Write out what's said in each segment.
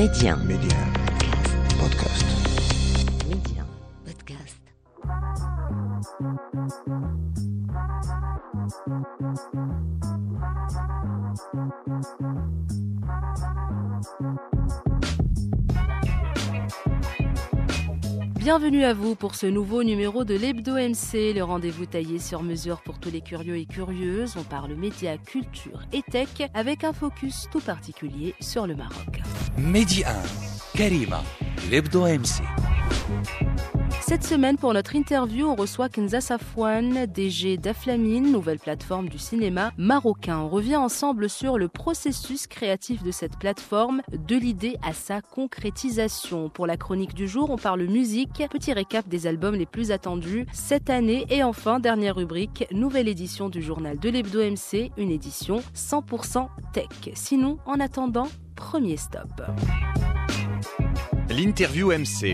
Média. Podcast. Média. Podcast. Bienvenue à vous pour ce nouveau numéro de l'Hebdo MC, le rendez-vous taillé sur mesure pour tous les curieux et curieuses. On parle médias, culture et tech avec un focus tout particulier sur le Maroc. Média 1, Karima, l'Hebdo MC. Cette semaine, pour notre interview, on reçoit Kenza Safouane, DG d'Aflamine, nouvelle plateforme du cinéma marocain. On revient ensemble sur le processus créatif de cette plateforme, de l'idée à sa concrétisation. Pour la chronique du jour, on parle musique, petit récap des albums les plus attendus cette année. Et enfin, dernière rubrique, nouvelle édition du journal de l'Hebdo MC, une édition 100% tech. Sinon, en attendant, premier stop. L'interview MC.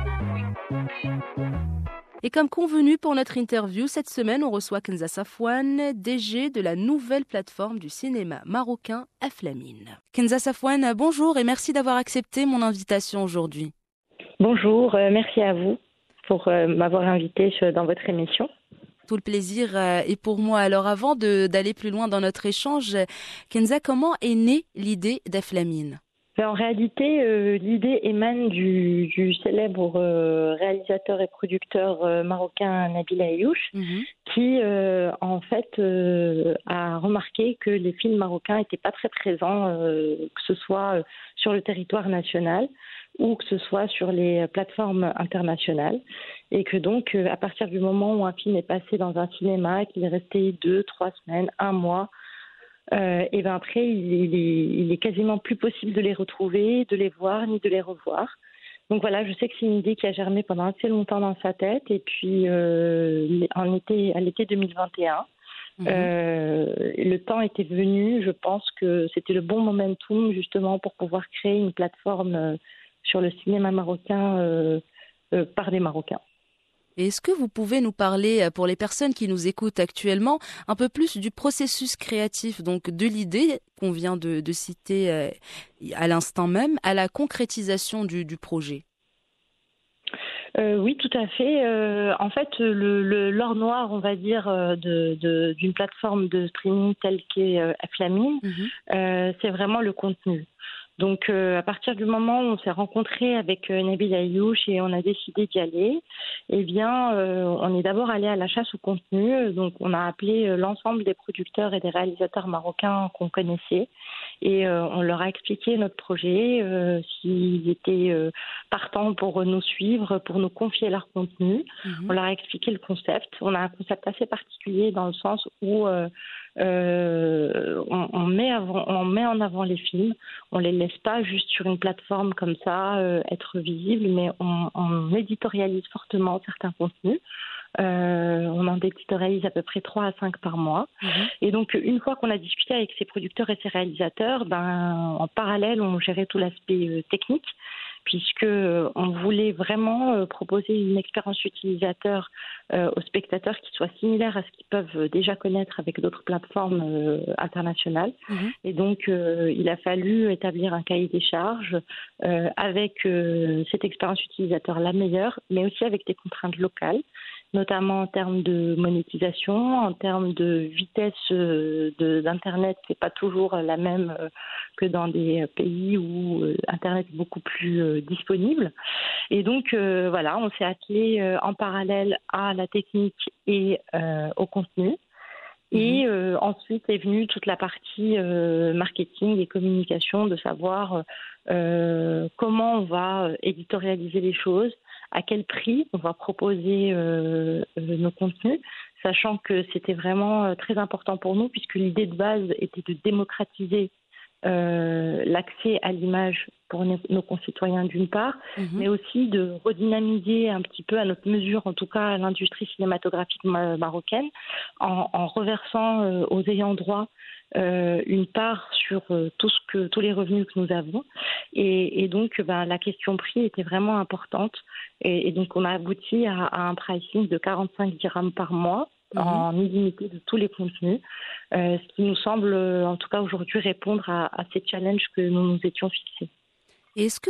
Et comme convenu pour notre interview, cette semaine, on reçoit Kenza Safouane, DG de la nouvelle plateforme du cinéma marocain Aflamine. Kenza Safouane, bonjour et merci d'avoir accepté mon invitation aujourd'hui. Bonjour, merci à vous pour m'avoir invité dans votre émission. Tout le plaisir est pour moi. Alors avant d'aller plus loin dans notre échange, Kenza, comment est née l'idée d'Aflamine ? En réalité, l'idée émane du célèbre réalisateur et producteur marocain Nabil Ayouch, qui en fait a remarqué que les films marocains n'étaient pas très présents, que ce soit sur le territoire national ou que ce soit sur les plateformes internationales. Et que donc, à partir du moment où un film est passé dans un cinéma, qu'il est resté 2, 3 semaines, 1 mois, et bien après, il est quasiment plus possible de les retrouver, de les voir, ni de les revoir. Donc voilà, je sais que c'est une idée qui a germé pendant assez longtemps dans sa tête. Et puis, à l'été 2021, le temps était venu. Je pense que c'était le bon momentum justement pour pouvoir créer une plateforme sur le cinéma marocain par des Marocains. Et est-ce que vous pouvez nous parler, pour les personnes qui nous écoutent actuellement, un peu plus du processus créatif, donc de l'idée qu'on vient de citer à l'instant même, à la concrétisation du projet ? Oui, tout à fait. En fait, l'or noir, on va dire, d'une plateforme de streaming telle qu'est Aflamine, c'est vraiment le contenu. Donc, à partir du moment où on s'est rencontré avec Nabil Ayouch et on a décidé d'y aller, eh bien, on est d'abord allé à la chasse au contenu. Donc, on a appelé l'ensemble des producteurs et des réalisateurs marocains qu'on connaissait et on leur a expliqué notre projet, s'ils étaient partants pour nous suivre, pour nous confier leur contenu. On leur a expliqué le concept. On a un concept assez particulier dans le sens où on met en avant les films, on les laisse pas juste sur une plateforme comme ça être visibles, mais on éditorialise fortement certains contenus. On en éditorialise à peu près 3 à 5 par mois. Et donc, une fois qu'on a discuté avec ces producteurs et ces réalisateurs, en parallèle, on gérait tout l'aspect technique, puisque on voulait vraiment proposer une expérience utilisateur aux spectateurs qui soit similaire à ce qu'ils peuvent déjà connaître avec d'autres plateformes internationales. Et donc, il a fallu établir un cahier des charges avec cette expérience utilisateur la meilleure, mais aussi avec des contraintes locales, notamment en termes de monétisation, en termes de vitesse d'Internet, c'est pas toujours la même que dans des pays où Internet est beaucoup plus disponible. Et donc, voilà, on s'est attelé en parallèle à la technique et au contenu. Et ensuite est venue toute la partie marketing et communication, de savoir comment on va éditorialiser les choses, à quel prix on va proposer nos contenus, sachant que c'était vraiment très important pour nous, puisque l'idée de base était de démocratiser l'accès à l'image pour nos concitoyens d'une part, mais aussi de redynamiser un petit peu à notre mesure, en tout cas l'industrie cinématographique marocaine, en reversant aux ayants droit une part sur tous les revenus que nous avons. Et donc, la question prix était vraiment importante. Et donc, on a abouti à un pricing de 45 dirhams par mois, en illimité de tous les contenus, ce qui nous semble, en tout cas aujourd'hui, répondre à ces challenges que nous nous étions fixés. Et est-ce que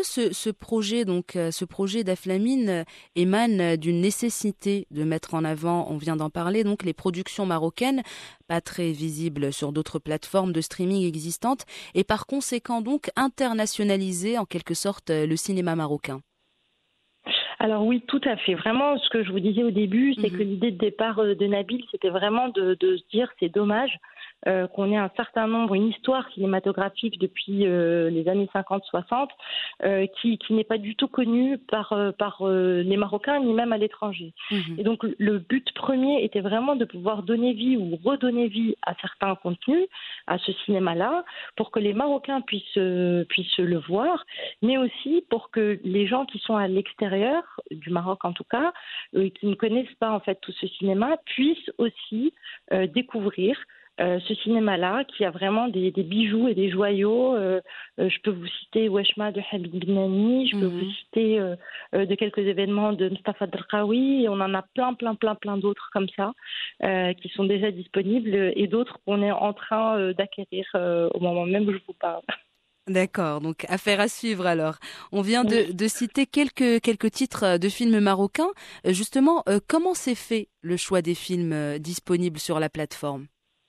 ce projet d'Aflamine émane d'une nécessité de mettre en avant, on vient d'en parler, donc les productions marocaines, pas très visibles sur d'autres plateformes de streaming existantes, et par conséquent donc internationaliser en quelque sorte le cinéma marocain? Alors oui, tout à fait. Vraiment, ce que je vous disais au début, c'est que l'idée de départ de Nabil, c'était vraiment de se dire c'est dommage qu'on ait un certain nombre, une histoire cinématographique depuis les années 50-60 qui n'est pas du tout connue par les Marocains ni même à l'étranger. Et donc le but premier était vraiment de pouvoir donner vie ou redonner vie à certains contenus, à ce cinéma-là, pour que les Marocains puissent le voir, mais aussi pour que les gens qui sont à l'extérieur du Maroc en tout cas, qui ne connaissent pas en fait tout ce cinéma, puissent aussi découvrir ce cinéma-là qui a vraiment des bijoux et des joyaux. Je peux vous citer Weshma de Habib Benani, je peux vous citer de quelques événements de Mustafa Drkaoui, et on en a plein d'autres comme ça qui sont déjà disponibles et d'autres qu'on est en train d'acquérir au moment même où je vous parle. D'accord, donc affaire à suivre alors. On vient de citer quelques titres de films marocains. Justement, comment s'est fait le choix des films disponibles sur la plateforme ?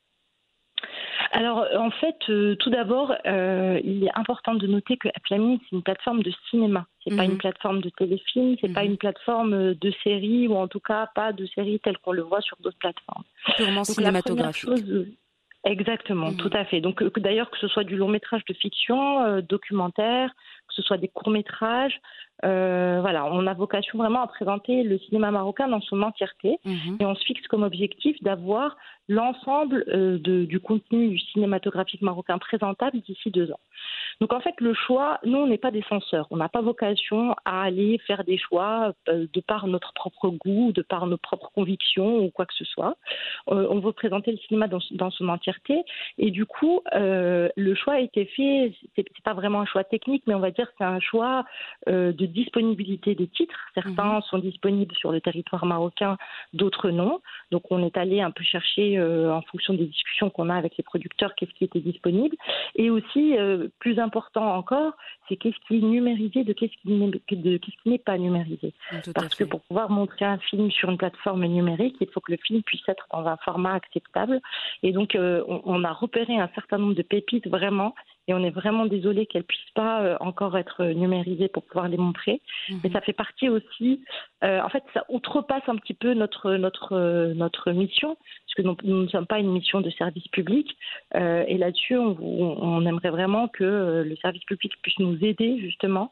Alors, en fait, tout d'abord, il est important de noter que Aflamine, c'est une plateforme de cinéma. C'est pas une plateforme de téléfilm, c'est pas une plateforme de série, ou en tout cas pas de série telle qu'on le voit sur d'autres plateformes. Purement Donc, cinématographique. Exactement, tout à fait. Donc d'ailleurs, que ce soit du long métrage de fiction, documentaire, que ce soit des courts métrages, voilà, on a vocation vraiment à présenter le cinéma marocain dans son entièreté, et on se fixe comme objectif d'avoir l'ensemble du contenu du cinématographique marocain présentable d'ici 2 ans. Donc en fait, le choix, nous, on n'est pas des censeurs. On n'a pas vocation à aller faire des choix de par notre propre goût, de par nos propres convictions ou quoi que ce soit. On veut présenter le cinéma dans son entièreté. Et du coup, le choix a été fait, c'est pas vraiment un choix technique, mais on va dire que c'est un choix de disponibilité des titres. Certains sont disponibles sur le territoire marocain, d'autres non. Donc on est allé un peu chercher en fonction des discussions qu'on a avec les producteurs qu'est-ce qui était disponible. Et aussi, plus important encore, c'est qu'est-ce qui est numérisé de qu'est-ce qui n'est pas numérisé. Parce que pour pouvoir montrer un film sur une plateforme numérique, il faut que le film puisse être dans un format acceptable. Et donc, on a repéré un certain nombre de pépites vraiment, et on est vraiment désolé qu'elles puissent pas encore être numérisées pour pouvoir les montrer. Mais ça fait partie aussi, en fait, ça outrepasse un petit peu notre mission, parce que nous ne sommes pas une mission de service public. Et là-dessus, on aimerait vraiment que le service public puisse nous aider justement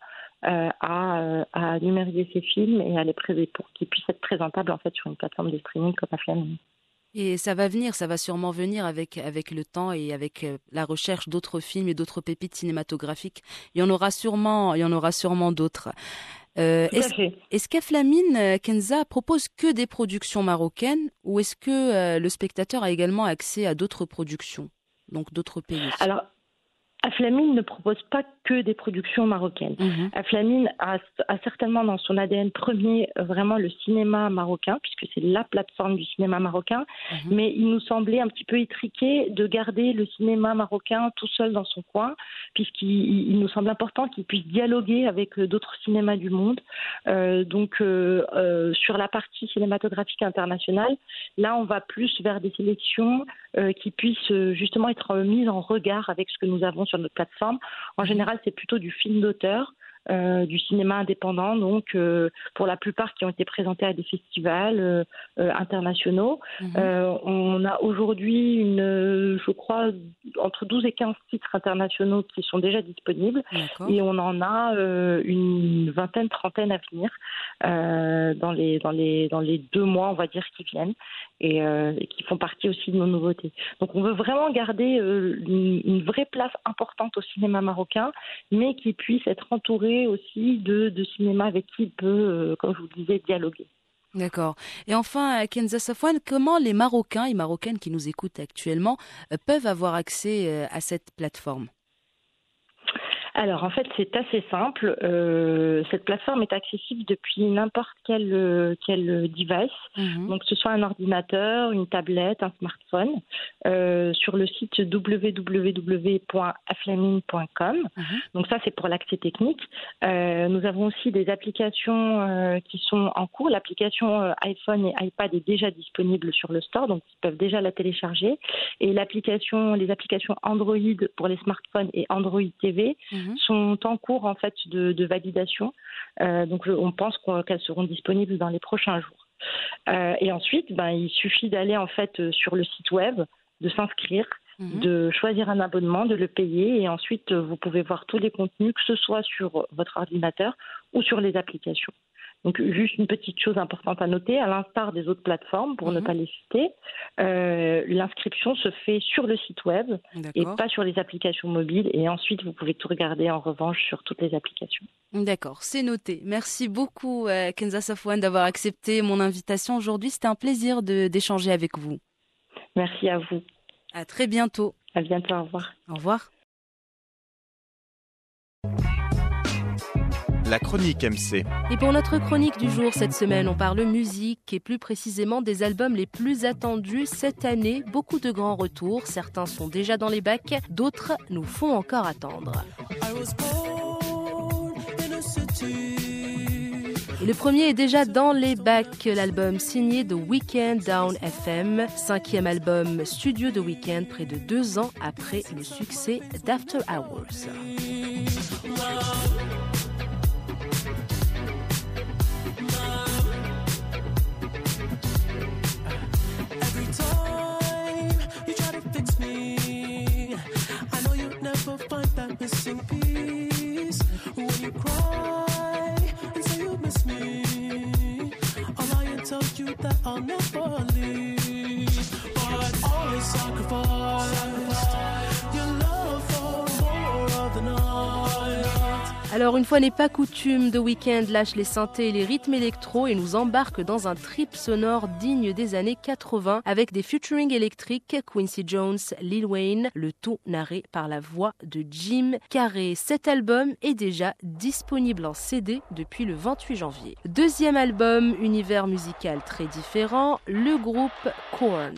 à numériser ces films et à les présenter pour qu'ils puissent être présentables en fait sur une plateforme de streaming comme Aflamine. Et ça va venir, ça va sûrement venir avec le temps et avec la recherche d'autres films et d'autres pépites cinématographiques. Il y en aura sûrement d'autres. Est-ce qu'Aflamine, Kenza, propose que des productions marocaines, ou est-ce que le spectateur a également accès à d'autres productions, donc d'autres pays? Alors, Aflamine ne propose pas que des productions marocaines. Aflamine a certainement dans son ADN premier vraiment le cinéma marocain, puisque c'est la plateforme du cinéma marocain, mais il nous semblait un petit peu étriqué de garder le cinéma marocain tout seul dans son coin, puisqu'il nous semble important qu'il puisse dialoguer avec d'autres cinémas du monde. Donc sur la partie cinématographique internationale, là on va plus vers des sélections qui puissent justement être mises en regard avec ce que nous avons sur notre plateforme. En général, c'est plutôt du film d'auteur, du cinéma indépendant, donc pour la plupart qui ont été présentés à des festivals internationaux. On a aujourd'hui je crois, entre 12 et 15 titres internationaux qui sont déjà disponibles. Et on en a une vingtaine, trentaine à venir dans les 2 mois, on va dire, qui viennent et qui font partie aussi de nos nouveautés. Donc on veut vraiment garder une vraie place importante au cinéma marocain, mais qui puisse être entouré aussi de cinéma avec qui il peut, comme je vous le disais, dialoguer. D'accord. Et enfin, Kenza Safwan, comment les Marocains et Marocaines qui nous écoutent actuellement peuvent avoir accès à cette plateforme ? Alors en fait c'est assez simple. Cette plateforme est accessible depuis n'importe quel device, donc que ce soit un ordinateur, une tablette, un smartphone, sur le site www.aflamine.com. Donc ça c'est pour l'accès technique. Nous avons aussi des applications qui sont en cours. L'application iPhone et iPad est déjà disponible sur le store, donc ils peuvent déjà la télécharger. Et les applications Android pour les smartphones et Android TV sont en cours en fait de validation. Donc on pense qu'elles seront disponibles dans les prochains jours. Et ensuite, il suffit d'aller en fait sur le site web, de s'inscrire, de choisir un abonnement, de le payer, et ensuite vous pouvez voir tous les contenus, que ce soit sur votre ordinateur ou sur les applications. Donc juste une petite chose importante à noter, à l'instar des autres plateformes, pour ne pas les citer, l'inscription se fait sur le site web et pas sur les applications mobiles. Et ensuite, vous pouvez tout regarder en revanche sur toutes les applications. D'accord, c'est noté. Merci beaucoup Kenza Safwan d'avoir accepté mon invitation aujourd'hui. C'était un plaisir d'échanger avec vous. Merci à vous. À très bientôt. À bientôt, au revoir. Au revoir. La chronique MC. Et pour notre chronique du jour, cette semaine, on parle musique et plus précisément des albums les plus attendus cette année. Beaucoup de grands retours, certains sont déjà dans les bacs, d'autres nous font encore attendre. Et le premier est déjà dans les bacs, l'album signé The Weeknd Down FM, 5e album studio de Weeknd près de 2 ans après le succès d'After Hours. Alors une fois n'est pas coutume, The Weeknd lâche les synthés et les rythmes électro et nous embarque dans un trip sonore digne des années 80 avec des featuring électriques, Quincy Jones, Lil Wayne, le tout narré par la voix de Jim Carrey. Cet album est déjà disponible en CD depuis le 28 janvier. Deuxième album, univers musical très différent, le groupe Korn.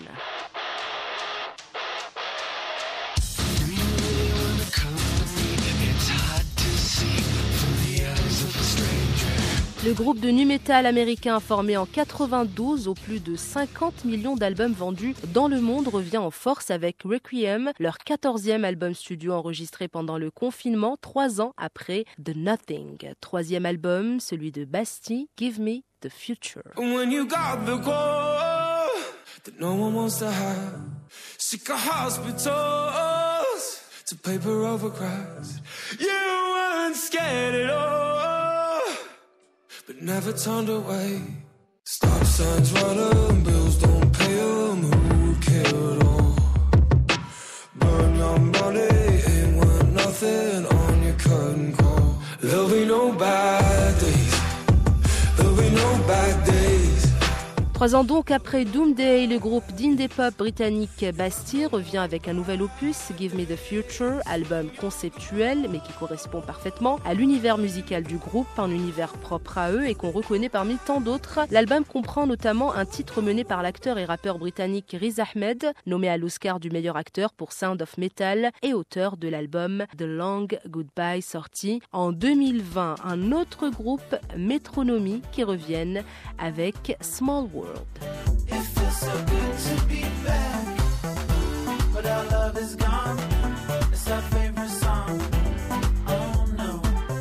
Le groupe de nu metal américain formé en 92 aux plus de 50 millions d'albums vendus dans le monde revient en force avec Requiem, leur 14e album studio enregistré pendant le confinement 3 ans après The Nothing. 3e album, celui de Bastille, Give Me the Future. When you got the call that no one wants to have, sick of hospitals to paper over cracks, you weren't scared at all, but never turned away. Stop signs run 'em, bills don't pay 'em, who would care at all? Burn your money, ain't worth nothing on your curtain call. There'll be no bad days, there'll be no bad days. 3 ans donc après Doomday, le groupe d'indie pop britannique Bastille revient avec un nouvel opus, Give Me the Future, album conceptuel mais qui correspond parfaitement à l'univers musical du groupe, un univers propre à eux et qu'on reconnaît parmi tant d'autres. L'album comprend notamment un titre mené par l'acteur et rappeur britannique Riz Ahmed, nommé à l'Oscar du meilleur acteur pour Sound of Metal et auteur de l'album The Long Goodbye sorti en 2020. Un autre groupe, Metronomy, qui reviennent avec Small World. It feels so good to be back, but our love is gone. It's our favorite song. Oh no.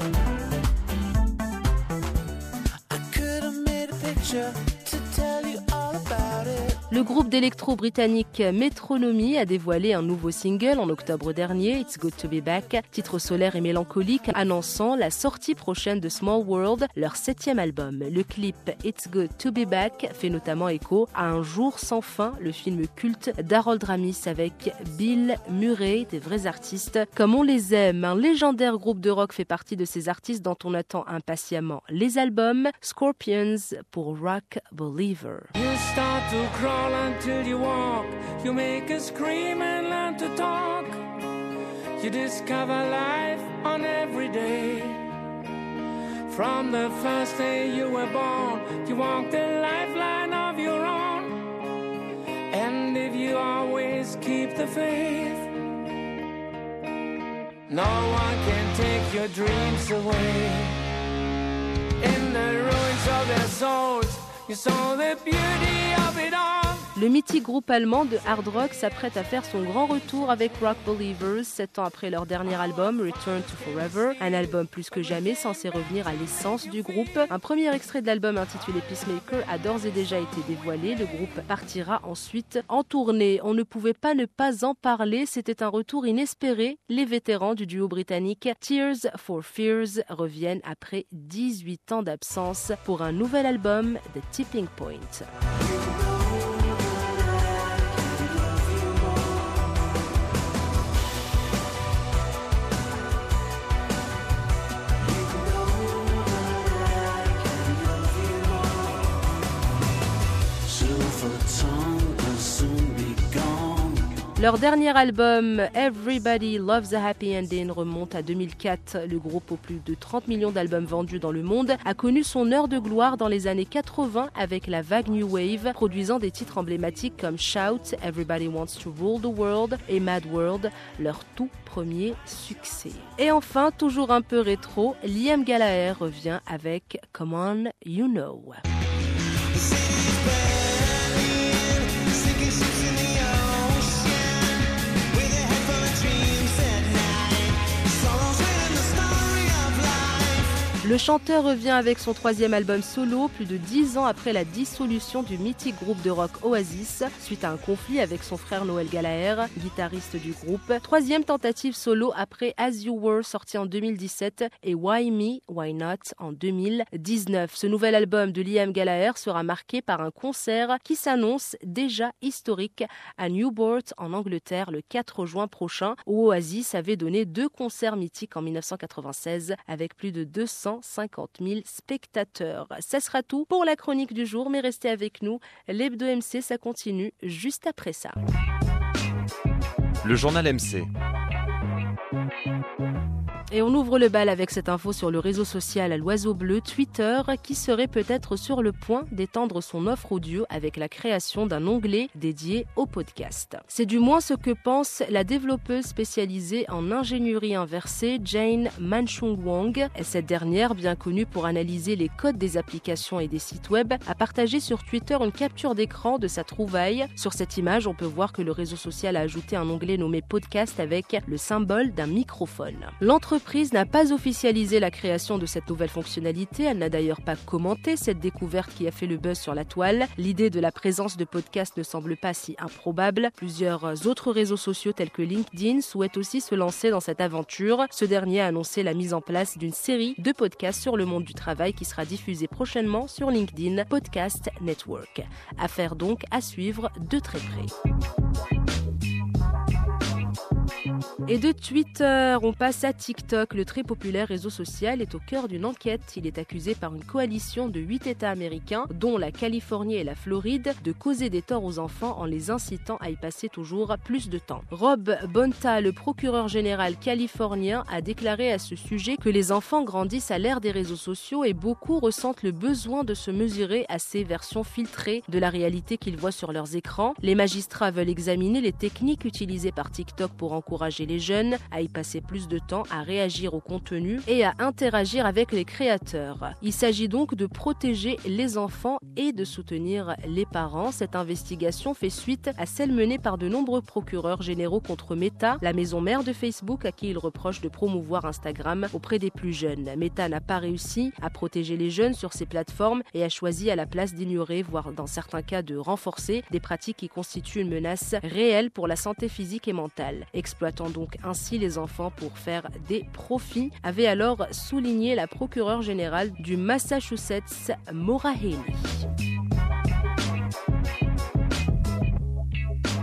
I could have made a picture to tell you all about it. Le groupe d'électro-britannique Metronomy a dévoilé un nouveau single en octobre dernier, It's Good to Be Back, titre solaire et mélancolique annonçant la sortie prochaine de Small World, leur 7e album. Le clip It's Good to Be Back fait notamment écho à Un jour sans fin, le film culte d'Harold Ramis avec Bill Murray, des vrais artistes comme on les aime. Un légendaire groupe de rock fait partie de ces artistes dont on attend impatiemment les albums, Scorpions pour Rock Believer. You start to crawl until you walk. You make a scream and learn to talk. You discover life on every day. From the first day you were born, you walked a lifeline of your own. And if you always keep the faith, no one can take your dreams away. In the ruins of their souls, you saw the beauty of it all. Le mythique groupe allemand de hard rock s'apprête à faire son grand retour avec Rock Believers, 7 ans après leur dernier album Return to Forever, un album plus que jamais censé revenir à l'essence du groupe. Un premier extrait de l'album intitulé Peacemaker a d'ores et déjà été dévoilé. Le groupe partira ensuite en tournée. On ne pouvait pas ne pas en parler, c'était un retour inespéré. Les vétérans du duo britannique Tears for Fears reviennent après 18 ans d'absence pour un nouvel album, The Tipping Point. Leur dernier album, Everybody Loves a Happy Ending, remonte à 2004. Le groupe, aux plus de 30 millions d'albums vendus dans le monde, a connu son heure de gloire dans les années 80 avec la vague New Wave, produisant des titres emblématiques comme Shout, Everybody Wants to Rule the World et Mad World, leur tout premier succès. Et enfin, toujours un peu rétro, Liam Gallagher revient avec Come On, You Know. Le chanteur revient avec son 3e album solo, plus de 10 ans après la dissolution du mythique groupe de rock Oasis, suite à un conflit avec son frère Noel Gallagher, guitariste du groupe. 3e tentative solo après As You Were, sorti en 2017, et Why Me, Why Not en 2019. Ce nouvel album de Liam Gallagher sera marqué par un concert qui s'annonce déjà historique à Newport en Angleterre le 4 juin prochain, où Oasis avait donné 2 concerts mythiques en 1996 avec plus de 250 000 spectateurs. Ça sera tout pour la chronique du jour, mais restez avec nous. L'Hebdo MC, ça continue juste après ça. Le journal MC. Et on ouvre le bal avec cette info sur le réseau social à l'oiseau bleu, Twitter, qui serait peut-être sur le point d'étendre son offre audio avec la création d'un onglet dédié au podcast. C'est du moins ce que pense la développeuse spécialisée en ingénierie inversée Jane Manchung Wang. Cette dernière, bien connue pour analyser les codes des applications et des sites web, a partagé sur Twitter une capture d'écran de sa trouvaille. Sur cette image, on peut voir que le réseau social a ajouté un onglet nommé podcast avec le symbole d'un microphone. L'entreprise n'a pas officialisé la création de cette nouvelle fonctionnalité. Elle n'a d'ailleurs pas commenté cette découverte qui a fait le buzz sur la toile. L'idée de la présence de podcasts ne semble pas si improbable. Plusieurs autres réseaux sociaux tels que LinkedIn souhaitent aussi se lancer dans cette aventure. Ce dernier a annoncé la mise en place d'une série de podcasts sur le monde du travail qui sera diffusée prochainement sur LinkedIn Podcast Network. Affaire donc à suivre de très près. Et de Twitter, on passe à TikTok. Le très populaire réseau social est au cœur d'une enquête. Il est accusé par une coalition de 8 États américains, dont la Californie et la Floride, de causer des torts aux enfants en les incitant à y passer toujours plus de temps. Rob Bonta, le procureur général californien, a déclaré à ce sujet que les enfants grandissent à l'ère des réseaux sociaux et beaucoup ressentent le besoin de se mesurer à ces versions filtrées de la réalité qu'ils voient sur leurs écrans. Les magistrats veulent examiner les techniques utilisées par TikTok pour encourager les jeunes à y passer plus de temps, à réagir au contenu et à interagir avec les créateurs. Il s'agit donc de protéger les enfants et de soutenir les parents. Cette investigation fait suite à celle menée par de nombreux procureurs généraux contre Meta, la maison mère de Facebook à qui il reproche de promouvoir Instagram auprès des plus jeunes. Meta n'a pas réussi à protéger les jeunes sur ces plateformes et a choisi à la place d'ignorer, voire dans certains cas de renforcer, des pratiques qui constituent une menace réelle pour la santé physique et mentale. Exploitant donc ainsi les enfants pour faire des profits, avait alors souligné la procureure générale du Massachusetts, Maura Healey.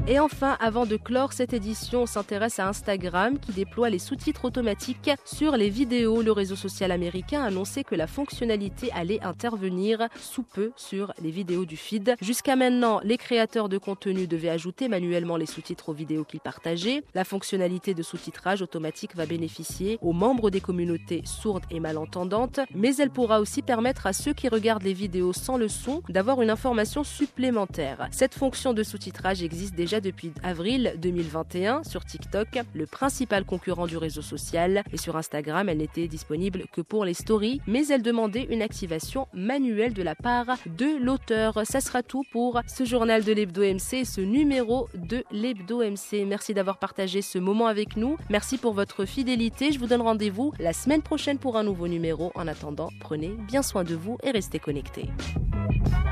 Et enfin, avant de clore cette édition, on s'intéresse à Instagram qui déploie les sous-titres automatiques sur les vidéos. Le réseau social américain a annoncé que la fonctionnalité allait intervenir sous peu sur les vidéos du feed. Jusqu'à maintenant, les créateurs de contenu devaient ajouter manuellement les sous-titres aux vidéos qu'ils partageaient. La fonctionnalité de sous-titrage automatique va bénéficier aux membres des communautés sourdes et malentendantes, mais elle pourra aussi permettre à ceux qui regardent les vidéos sans le son d'avoir une information supplémentaire. Cette fonction de sous-titrage existe déjà depuis avril 2021 sur TikTok, le principal concurrent du réseau social, et sur Instagram, elle n'était disponible que pour les stories, mais elle demandait une activation manuelle de la part de l'auteur. Ça sera tout pour ce journal de l'Hebdo MC, ce numéro de l'Hebdo MC. Merci d'avoir partagé ce moment avec nous. Merci pour votre fidélité. Je vous donne rendez-vous la semaine prochaine pour un nouveau numéro. En attendant, prenez bien soin de vous et restez connectés.